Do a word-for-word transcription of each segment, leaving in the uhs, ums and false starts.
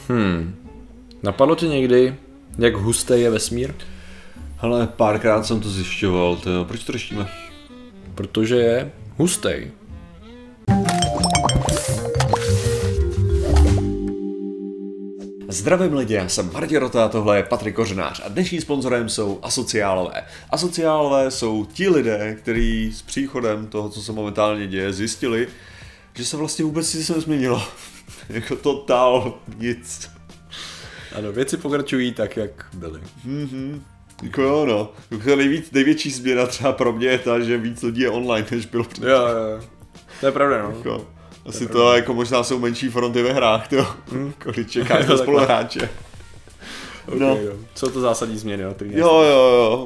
Hmm. Napadlo tě někdy, jak hustý je vesmír? Hele, párkrát jsem to zjišťoval, to, proč to řešíme? Protože je hustý. Zdravím lidi, já jsem Martin Rota, tohle je Patrik Kořenář a dnešním sponzorem jsou Asociálové. Asociálové jsou ti lidé, kteří s příchodem toho, co se momentálně děje, zjistili, že se vlastně vůbec nic nezměnilo. Jako totál nic. Ano, věci pokračují tak, jak byly. Mm-hmm. Jako jo, no. Jako nejvíc, největší změna třeba pro mě je ta, že víc lidí je online, než bylo předtím. Jo, jo, to je pravda, no. Jako, asi to, to jako možná jsou menší fronty ve hrách, jo. Hmm. Když čekáš na spoluhráče. Okay, no. Jo. Jsou to zásadní změny, no, který Jo, jo, jo.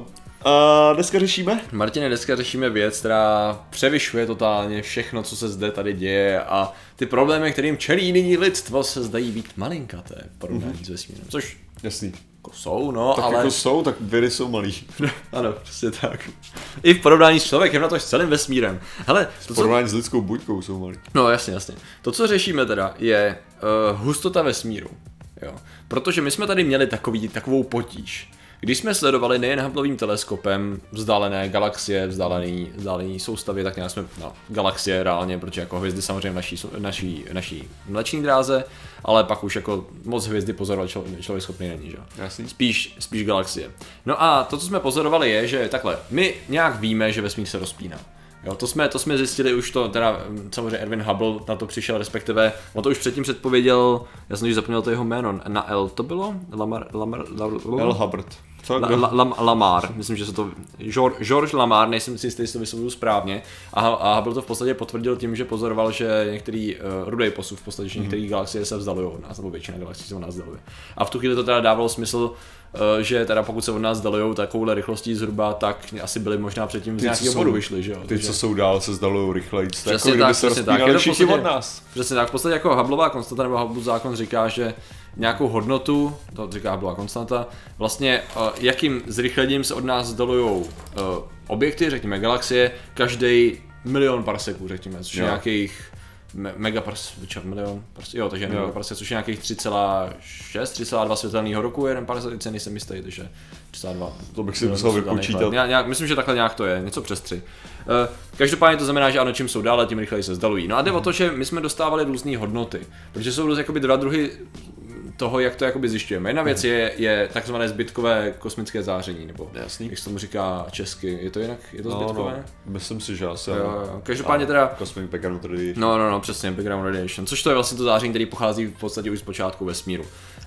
A dneska řešíme? Martine, dneska řešíme věc, která převyšuje totálně všechno, co se zde tady děje a ty problémy, kterým čelí nyní lidstvo, se zdají být malinkaté v porovnání mm-hmm. s vesmírem, což jasný. Jako jsou, no, tak ale... jako jsou, tak vědy jsou malý. Ano, přesně tak. I v porovnání s člověkem, na to s celým vesmírem. Hele, to, v porovnání co... s lidskou buňkou jsou malý. No jasně, jasně. To, co řešíme teda, je uh, hustota vesmíru. Jo. Protože my jsme tady měli takový, takovou potíž. Když jsme sledovali nejen Hubbleovým teleskopem vzdálené galaxie, vzdálené, vzdálené soustavy, tak nějak jsme no, galaxie reálně, protože jako hvězdy samozřejmě v naší, naší, naší mléční dráze, ale pak už jako moc hvězdy pozorovat člo, člověk schopný není, že? Jasný. Spíš, spíš galaxie. No a to, co jsme pozorovali, je, že takhle, my nějak víme, že vesmír se rozpíná. Jo, to jsme, to jsme zjistili už to, teda samozřejmě Erwin Hubble na to přišel, respektive, on to už předtím předpověděl, já jsem už zapomněl to jeho jméno, na L to bylo? Lamar, Lamar, Lamar, L. Hubbard. Co? La, la, la, Lamar, myslím, že se to, George Lamar, nejsem si jistý, jestli to vyslovuju správně, a, a Hubble to v podstatě potvrdil tím, že pozoroval, že některý uh, rudý posuv, v podstatě, že některé mm. galaxie se vzdalují od nás, nebo většina galaxií se od nás vzdaluje. A v tu chvíli to teda dávalo smysl, Uh, že teda pokud se od nás vzdalujou takovouhle rychlostí zhruba, tak asi byli možná předtím z nějakého bodu vyšli, že jo? Ty, co jsou dál, se vzdalujou rychleji. Přesně jako, tak, se přesně tak. Všichni od nás. Přesně tak, v podstatě jako Hubbleová konstanta nebo Hubbleův zákon říká, že nějakou hodnotu, to říká Hubbleová konstanta, vlastně uh, jakým zrychlením se od nás vzdalujou uh, objekty, řekněme galaxie, každý milion parseků, řekněme, což je nějakých Me- megaparsek, milion, prostě, jo, takže megaparsek, což je nějakých tři celá šest, tři celá dva světelného roku, jeden parsek, ceny jsem jistý, takže tři celá dva. To bych si musel vypočítat. Nějak, myslím, že takhle nějak to je, něco přes tři. Uh, každopádně to znamená, že ano, čím jsou dále, tím rychleji se vzdalují. No a jde o to, že my jsme dostávali různé hodnoty, protože jsou různé jakoby dva druhy toho, jak to jakoby zjišťujeme. Jedna věc je, je takzvané zbytkové kosmické záření, nebo jasný, jak se tomu říká česky. Je to jinak? Je to no, zbytkové? No, myslím si, že asi. Jo, jo. Každopádně teda... Cosmic Background Radiation. No, no, no, přesně, Background Radiation, což to je vlastně to záření, který pochází v podstatě už z počátku vesmíru.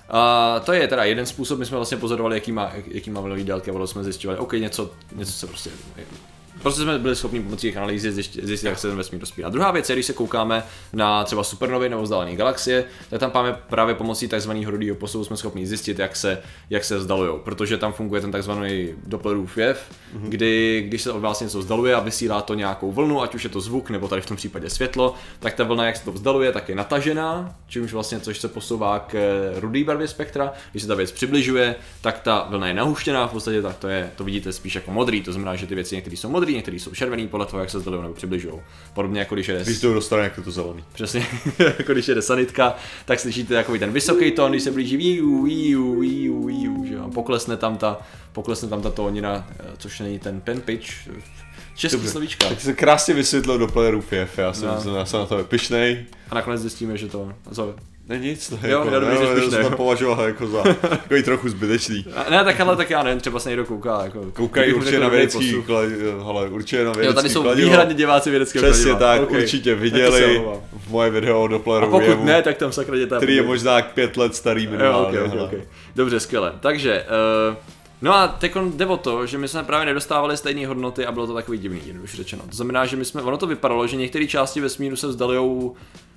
A to je teda jeden způsob, my jsme vlastně pozorovali, jaký má, jaký má vlnový délky, a jsme zjistili, OK, něco, něco se prostě... Prostě jsme byli schopni pomocí těch analýz zjistit, jak se ten vesmír rozpíná. Druhá věc je, když se koukáme na třeba supernovy nebo vzdálené galaxie, tak tam máme právě pomocí takzvaného rudého posuvu jsme schopni zjistit, jak se, jak se vzdalujou, protože tam funguje ten takzvaný Dopplerův jev, mm-hmm. kdy když se od vás něco vzdaluje a vysílá to nějakou vlnu, ať už je to zvuk nebo tady v tom případě světlo, tak ta vlna, jak se to vzdaluje, tak je natažená, čímž vlastně což se posouvá k rudé barvě spektra. Když se ta věc přibližuje, tak ta vlna je nahuštěná, v podstatě tak to je, to vidíte spíš jako modrý, to znamená, že ty věci některé jsou modré, některý jsou červený podle toho, jak se vzdalují nebo přibližují. Podobně jako když jede. Když to dostane, jak to zelený. Přesně, jako když jede sanitka, tak slyšíte takový ten vysoký tón, když se blíží víu, víu, víu, víu, že jo. Poklesne tam ta, poklesne tam ta tónina, což není ten pen pitch. Český Dobře. slovíčka. Tak se krásně vysvětlil Dopplerův jev, já jsem, no. já jsem na to pyšnej. A nakonec zjistíme, že to... Co? Ne nic, to jo, jako, já dobrý, ne, jsem to považoval jako za takový trochu zbytečný. Ne, tak ale tak já nevím, třeba se někdo kouká. Jako, Koukají určitě na vědecký, ale určitě na vědecký. Jo, tady jsou kladivo. Výhradně diváci vědeckého kladiva. Přesně tak, okay. Určitě viděli v moje video o Dopplerovu jevu. A pokud ne, tak tam sakra děta. Který je možná pět let starý minimálně. Okay, okay, okay. Dobře, skvěle. Takže... Uh, No a teď jde o to, že my jsme právě nedostávali stejné hodnoty a bylo to takový divný, jednoduše řečeno. To znamená, že my jsme, ono to vypadalo, že některé části vesmíru se vzdalujou uh,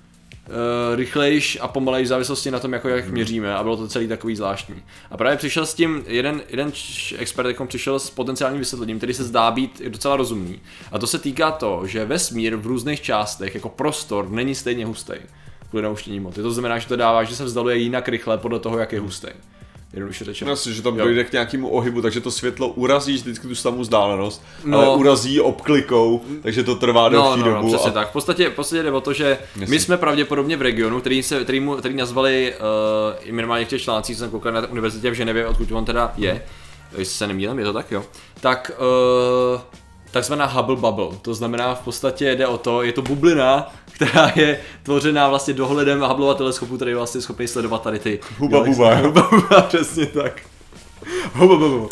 rychlejš a pomalejš v závislosti na tom, jako jak měříme, a bylo to celý takový zvláštní. A právě přišel s tím, jeden, jeden expert jako přišel s potenciálním vysvětlením, který se zdá být docela rozumný. A to se týká to, že vesmír v různých částech jako prostor není stejně hustý kvůli nauštění hmoty. To znamená, že to dává, že se vzdaluje jinak rychle podle toho, jak je hustý. jednoduše řečeno. Jasně, že tam dojde k nějakému ohybu, takže to světlo urazí vždycky tu samou vzdálenost, no, ale urazí obklikou, takže to trvá delší no, no, dobu. No, přesně a... tak. V podstatě, v podstatě jde o to, že Myslím. my jsme pravděpodobně v regionu, který, se, který, mu, který nazvali uh, minimálně v těch článcích, jsem koukal na univerzitě v Ženevě, odkud on teda je, jestli se nemýlím, je to tak, jo, tak uh, takzvaná Hubble Bubble, to znamená v podstatě jde o to, je to bublina, která je tvořená vlastně dohledem Hubbleova teleskopu, který je vlastně schopný sledovat tady ty... Huba buba. Huba buba, přesně tak. Huba buba.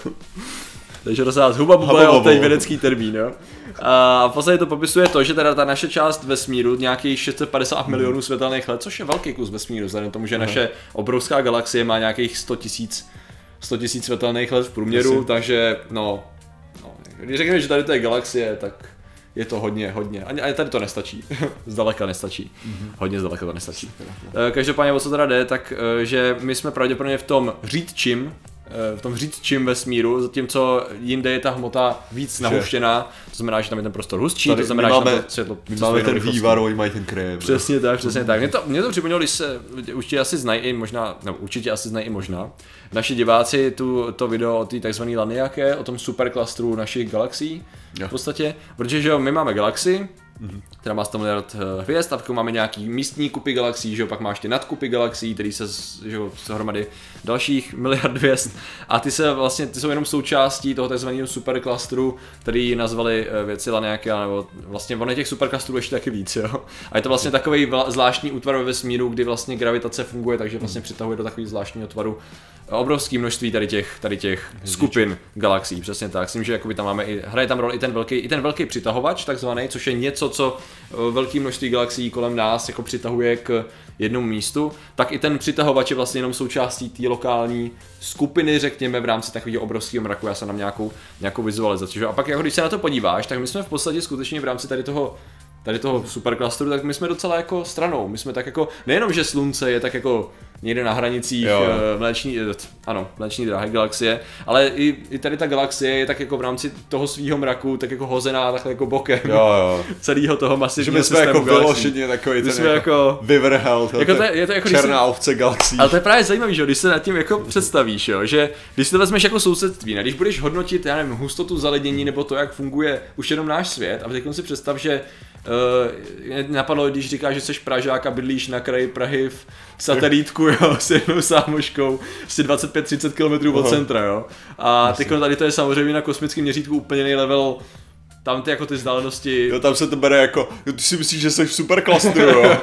Takže rozsáz huba buba je teď vědecký termín, jo. A v podstatě to popisuje to, že teda ta naše část vesmíru, nějakých šest set padesát milionů světelných let, což je velký kus vesmíru, vzhledem tomu, že naše obrovská galaxie má nějakých sto tisíc světelných let v průměru, Asi. takže no, no, když řekneme, že tady to je galaxie, tak je to hodně, hodně, ani, ani tady to nestačí, zdaleka nestačí, mm-hmm. hodně zdaleka to nestačí. Každopádně o co teda jde, tak že my jsme pravděpodobně v tom řídčím, v tom řídčím vesmíru, zatímco jinde je ta hmota víc nahuštěná, to znamená, že tam je ten prostor hustší, tady to znamená, máme, že tam to světlo... My máme ten vývar, oni mají ten krém. Přesně tak, přesně tak. Mě to, mě to připomnělo, když se určitě asi znají i možná, no určitě asi znají i možná, naši diváci tu, to video o té takzvané Laniake, o tom superklastru našich galaxií, v podstatě, protože že jo, my máme galaxii, mm-hmm. která má sto miliard hvězd, a pak máme nějaký místní kupy galaxií, že jo, pak máš ty nadkupy galaxií, který se, že jo, dohromady dalších miliard hvězd, a ty se vlastně, ty jsou jenom součástí toho takzvaného superklastru, který nazvali věci Laniaky, nebo vlastně ono těch superklastrů ještě taky víc, jo. A je to vlastně takový zvláštní útvar ve vesmíru, kdy vlastně gravitace funguje, takže vlastně přitahuje do takového zvláštního tvaru obrovské množství tady těch, tady těch skupin galaxií, přesně tak. Myslím, že jakoby tam máme i, hraje tam roli i ten velký, i ten velký přitahovač, takzvaný, což je něco, co velké množství galaxií kolem nás jako přitahuje k jednomu místu, tak i ten přitahovač je vlastně jenom součástí té lokální skupiny, řekněme, v rámci takového obrovského mraku. Já jsem tam nějakou, nějakou vizualizaci. Že? A pak jako když se na to podíváš, tak my jsme v podstatě skutečně v rámci tady toho tady toho superklastru, tak my jsme docela jako stranou. My jsme tak jako, nejenom, že slunce je tak jako někde na hranicích jo. mléční, ano, mléční dráhy galaxie, ale i, i tady ta galaxie je tak jako v rámci toho svýho mraku tak jako hozená takhle jako bokem. Jo, jo. Celého toho masivního systému galaxií. Že my jsme jako vyloženě takový ten jsme jako, jako vyvrhel, jako to, je to jako černá si, ovce galaxií. Ale to je právě zajímavý, že když se nad tím jako představíš, jo, že když to vezmeš jako sousedství, ne, když budeš hodnotit, já nevím, hustotu zalednění nebo to, jak funguje už jenom náš svět, a teď si představ, že Uh, napadlo, když říkáš, že jsi Pražák a bydlíš na kraji Prahy v satelítku, jo, s jednou sámoškou, asi dvacet pět třicet kilometrů od centra, jo. A teď tady to je samozřejmě na kosmickém měřítku úplně jiný level, tam ty jako ty vzdálenosti... Jo, tam se to bere jako, jo, ty si myslíš, že jsi v superklastru, jo.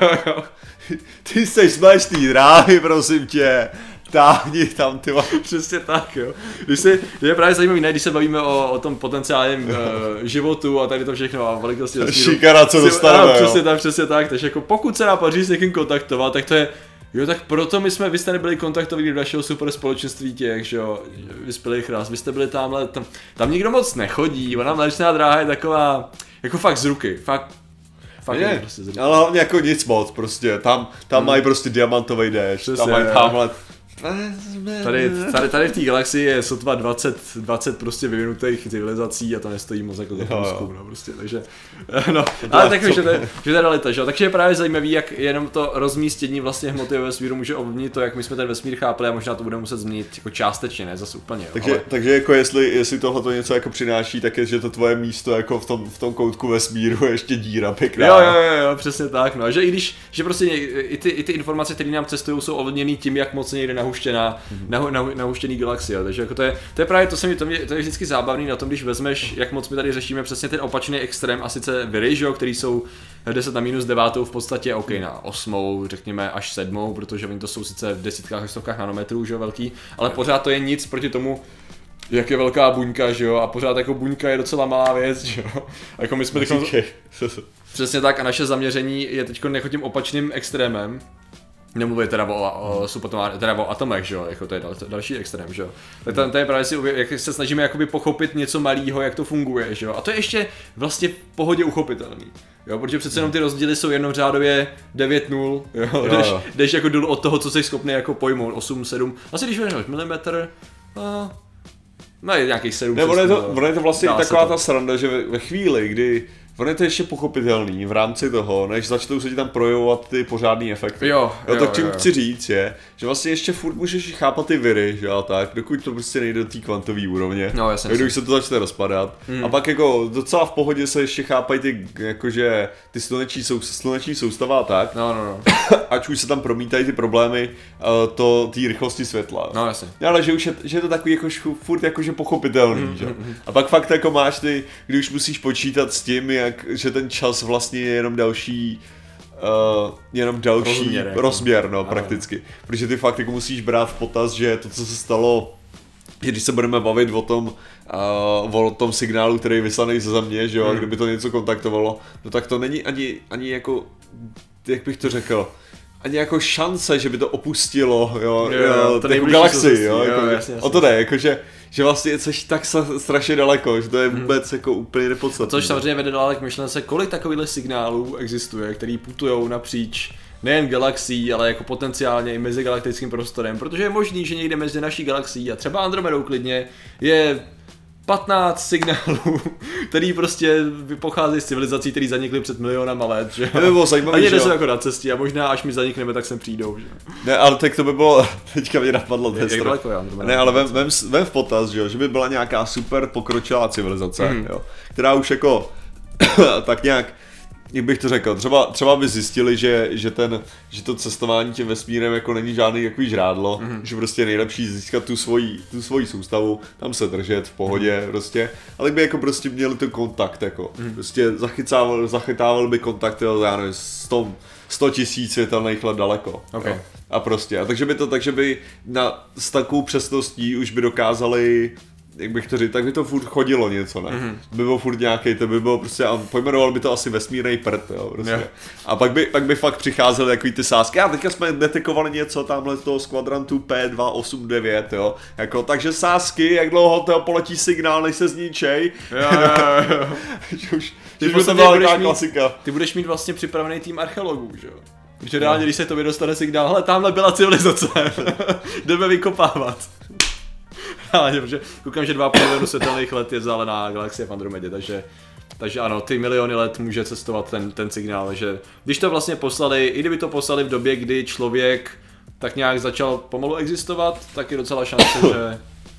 Ty jsi z mléčný dráhy, prosím tě. Táhni tam, ty vole. Přesně tak, jo. Když se, je právě zajímavý, ne, když se bavíme o, o tom potenciálním uh, životu a tady to všechno a velikosti vesmíru. Šikana, co dostaneme, jo. Přesně tak, přesně tak, takže jako pokud se napadří s někým kontaktovat, tak to je, jo, tak proto my jsme, vy jste nebyli kontaktoví do našeho super společenství těch, že jo, vyspělých ras, vy jste byli tamhle, tam, tam nikdo moc nechodí, ona mléčná dráha je taková, jako fakt z ruky, fakt. Fakt je, prostě z ruky. Ale hlavně jako nic moc, prostě, tam, tam hmm. mají prostě diamantový déšť, tam mají tamhle. Tady, tady, tady v té galaxii je sotva dvacet, dvacet prostě vyvinutých civilizací a to nestojí moc jako za průzkum, no prostě, takže, no, ale tak že to je, že to je realita, že? Takže je právě zajímavý, jak jenom to rozmístění vlastně hmoty ve vesmíru může ovlivnit to, jak my jsme ten vesmír chápali, a možná to budeme muset změnit jako částečně, ne zase úplně, jo, takže, ale... takže jako jestli, jestli tohle to něco jako přináší, tak je, že to tvoje místo jako v tom, v tom koutku vesmíru je ještě díra pěkná. Jo, jo, jo, jo, přesně tak, no, že i když, že prostě i ty, i ty informace, které nám cestují, jsou ovlivněný tím, jak moc někde nahuštěná, nahu, nahu, nahuštěný galaxie, takže jako to je, to je právě to, se mi, to, mě, to je vždycky zábavný na tom, když vezmeš, jak moc my tady řešíme přesně ten opačný extrém, a sice viry, že jo, který jsou deset na minus devátou v podstatě, ok, na osmou, řekněme až sedmou, protože oni to jsou sice v desítkách až stovkách nanometrů, že jo, velký, ale pořád to je nic proti tomu, jak je velká buňka, že jo, a pořád jako buňka je docela malá věc, že jo, a jako my jsme teď přesně tak, a naše zaměření je teď jako tím opačným extrémem. Nemluvím teda o, o, subatomár, teda o atomech, že jo, jako to je dal, další extrém, že jo. Tak to, to je právě si, jak se snažíme jakoby pochopit něco malého, jak to funguje, že jo. A to je ještě vlastně v pohodě uchopitelný, jo, protože přece jenom ty rozdíly jsou jenom řádově devět nul, jo, jo, jdeš, jo. jdeš jako dolů od toho, co jsi schopný jako pojmout, osm, sedm, asi když vezmeš milimetr, a... no je nějakých sedm, ne, ono je to, ono je to vlastně taková to. ta sranda, že ve, ve chvíli, kdy ono je to ještě pochopitelný v rámci toho, než začnou se ti tam projevovat ty pořádný efekty. Jo, jo, jo, tak čím jo, jo. chci říct je, že vlastně ještě furt můžeš chápat ty viry, že jo, tak, dokud to prostě nejde do té kvantové úrovně. No, jasně. Když se to začne rozpadat. Hmm. A pak jako docela v pohodě se ještě chápají ty, jakože ty sluneční, sou, sluneční soustava a tak. No, no, no. Ať už se tam promítají ty problémy, uh, to té rychlosti světla. No, jasně. Ale že už je, že je to takový jako furt jakože pochopitelný, mm, že? Mm, mm. A pak fakt jako máš ty, když už musíš počítat s tím, jak, že ten čas vlastně je jenom další, uh, jenom další rozměr, jako. rozměr no, ano. Prakticky. Protože ty fakt jako musíš brát v potaz, že to, co se stalo, že když se budeme bavit o tom, uh, o tom signálu, který je vyslaný ze Země, že jo, mm. a kdyby to něco kontaktovalo, no tak to není ani, ani jako, jak bych to řekl, ani jako šance, že by to opustilo, jo, jo, jo jako galaxii, jo, jo, jako, jasně, jasně. O to jde, jakože, že vlastně jsi tak strašně daleko, že to je vůbec hmm. jako úplně nepodstatné. Což samozřejmě vede dále k myšlence, kolik takovýchhle signálů existuje, který putujou napříč nejen galaxií, ale jako potenciálně i mezigalaktickým prostorem, protože je možný, že někde mezi naší galaxií a třeba Andromedou klidně je patnáct signálů, který prostě pochází z civilizací, které zanikly před milionama let, že to by bylo zajímavé, a někde jsou jako na cestě a možná až my zanikneme, tak sem přijdou, že ne, ale tak to by bylo, teďka mě napadlo jak daleko je Andromeda? Ne, ale vem, vem, vem v potaz, že, že by byla nějaká super pokročilá civilizace, mm. jo, která už jako tak nějak, jak bych to řekl, třeba, třeba by zjistili, že, že, ten, že to cestování tím vesmírem jako není žádný takový žrádlo, mm. že prostě je nejlepší získat tu svoji, tu svoji soustavu, tam se držet v pohodě mm. prostě, ale by jako prostě měli ten kontakt jako, mm. prostě zachytával, zachytával by kontakt, jo, já nevím, sto tisíc světelných let daleko. Okay. Jo. A prostě, a takže by to, takže by na, s takovou přesností už by dokázali, jak bych to říct, tak by to furt chodilo něco, ne? Mm-hmm. By bylo furt nějaký, to by bylo prostě, a pojmenoval by to asi vesmírnej prd, jo, prostě. Yeah. A pak by, pak by fakt přicházely takový ty sázky, a teďka jsme detekovali něco tamhle z toho z kvadrantu P dva osm devět, jo, jako, takže sázky, jak dlouho toho poletí signál, než se zničej. Jo, jo, jo. že už, ty, už to byla taková klasika. Ty budeš mít vlastně připravený tým archeologů, že jo? Protože reálně, když se tobě dostane signál, hele, tamhle byla civilizace, jdeme vykopávat. Ale protože koukám, že dva milionu světelných let je vzdálená galaxie v Andromedě, takže, takže ano, ty miliony let může cestovat ten, ten signál, že když to vlastně poslali, i kdyby to poslali v době, kdy člověk tak nějak začal pomalu existovat, tak je docela šance, že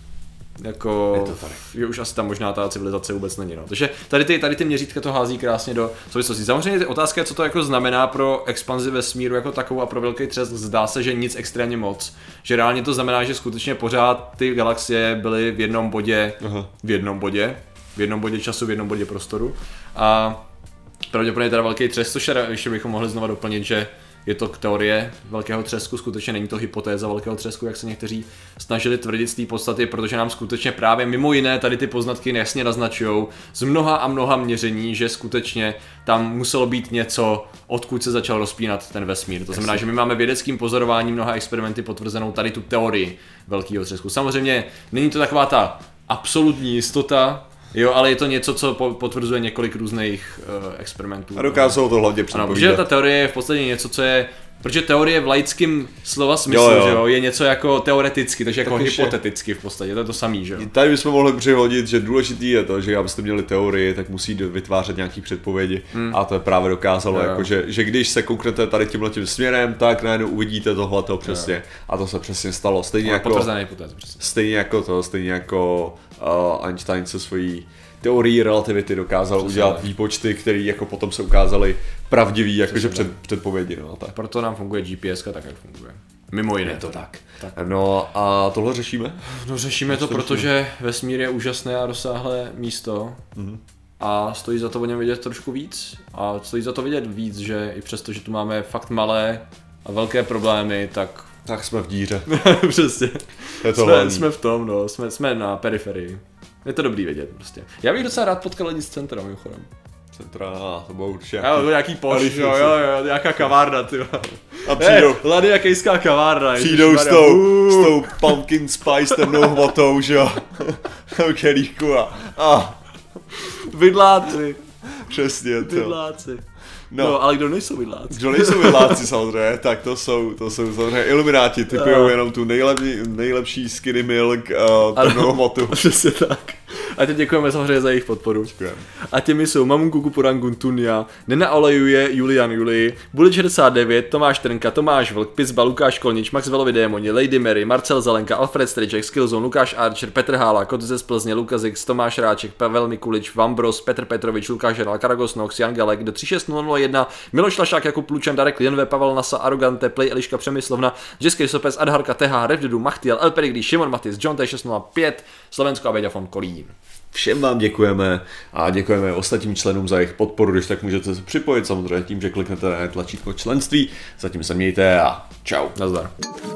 jako, je to tady. Že už asi tam možná ta civilizace vůbec není, no. Takže tady ty, tady ty měřítka to hází krásně do souvislosti. Samozřejmě otázka je, co to jako znamená pro expanzi vesmíru jako takovou a pro velký třesk. Zdá se, že nic extrémně moc. Že reálně to znamená, že skutečně pořád ty galaxie byly v jednom bodě, Aha. v jednom bodě, v jednom bodě času, v jednom bodě prostoru. A pravděpodobně teda velký třesk, což ještě bychom mohli znova doplnit, že je to teorie velkého třesku, skutečně není to hypotéza velkého třesku, jak se někteří snažili tvrdit z té podstaty, protože nám skutečně právě mimo jiné tady ty poznatky jasně naznačují z mnoha a mnoha měření, že skutečně tam muselo být něco, odkud se začal rozpínat ten vesmír. To znamená, že my máme vědeckým pozorováním mnoha experimenty potvrzenou tady tu teorii velkého třesku. Samozřejmě není to taková ta absolutní jistota, jo, ale je to něco, co potvrzuje několik různých uh, experimentů. A dokázalo to hlavně předpovídat. Ano, protože ta teorie je v podstatě něco, co je, protože teorie v laickém slova smyslu, jo, jo. Že jo, je něco jako teoreticky, takže jako tak hypoteticky v podstatě, to je to samý, že jo. Tady bychom mohli přihodit, že důležitý je to, že abyste měli teorii, tak musí vytvářet nějaký předpovědi hmm. a to je právě dokázalo, jo, jo. Jako, že, že když se kouknete tady tímhletím směrem, tak najednou uvidíte tohleto přesně, jo. A to se přesně stalo. Stejně jako, hypotéza, stejně jako to, stejně jako uh, Einstein se svojí teorii relativity dokázal přesně udělat tak. Výpočty, které jako potom se ukázaly pravdivý, jakože před, předpovědi. No, tak. Proto nám funguje G P S ka tak, jak funguje. Mimo jiné. Je to tak. tak. No a tohle řešíme? No řešíme to, to protože vesmír je úžasné a rozsáhlé místo. Mm-hmm. A stojí za to o něm vědět trošku víc. A stojí za to vědět víc, že i přesto, že tu máme fakt malé a velké problémy, tak... Tak jsme v díře. Přesně. Je to jsme, jsme v tom, no. Jsme, jsme na periferii. Je to dobrý vědět prostě. Já bych docela rád potkal lidi z centra, mimochodem. Centra, to bylo určitě nějaký... Jo, nějaký poš, jo, jo, jo, nějaká kavárna, ty. A přijdou... Hey, Ladiakejská kavárna. Přijdou s tou, s tou pumpkin spice temnou hmotou, že jo. Kelíšku a... a. Vidláci. Přesně to. Vidláci. No. no, ale kdo nejsou vidláci? Kdo nejsou vidláci samozřejmě, tak to jsou, to jsou samozřejmě ilumináti, typujou no. Jenom tu nejlepší, nejlepší skinny milk uh, temnou hmotu. Přesně tak. A teď děkujeme samozřejmě za jejich podporu. Děkujeme. A těmi jsou Mamunku Kupurangun Tunia, Nena Olejuje, Julian Julii, Bulič šedesát devět, Tomáš Trnka, Tomáš Vlk, Pizba, Lukáš Kolnič, Max Velovi Démoni, Lady Mary, Marcel Zelenka, Alfred Striček, Skillzone, Lukáš Archer, Petr Hála, Kot ze Plzně, Lukas X, Tomáš Ráček, Pavel Mikulič, Vambros, Petr Petrovič, Lukáš Žeral, Karagos Nox, Jan Galek, do tři šest nula nula jedna, Miloš Lašák, Jakub Lučan, Darek Lienve, Pavel Nasa, Arogante, Play, Eliška Přemyslovna, Jeskry Sopes, Adharka, T H, Revdudu, Machtiel, El Perigli, Šimon Matis, John T šest nula pět, Slovensko a Beďafon Kolín. Všem vám děkujeme a děkujeme ostatním členům za jejich podporu, když tak můžete se připojit samozřejmě tím, že kliknete na tlačítko členství. Zatím se mějte a čau. Nazdar.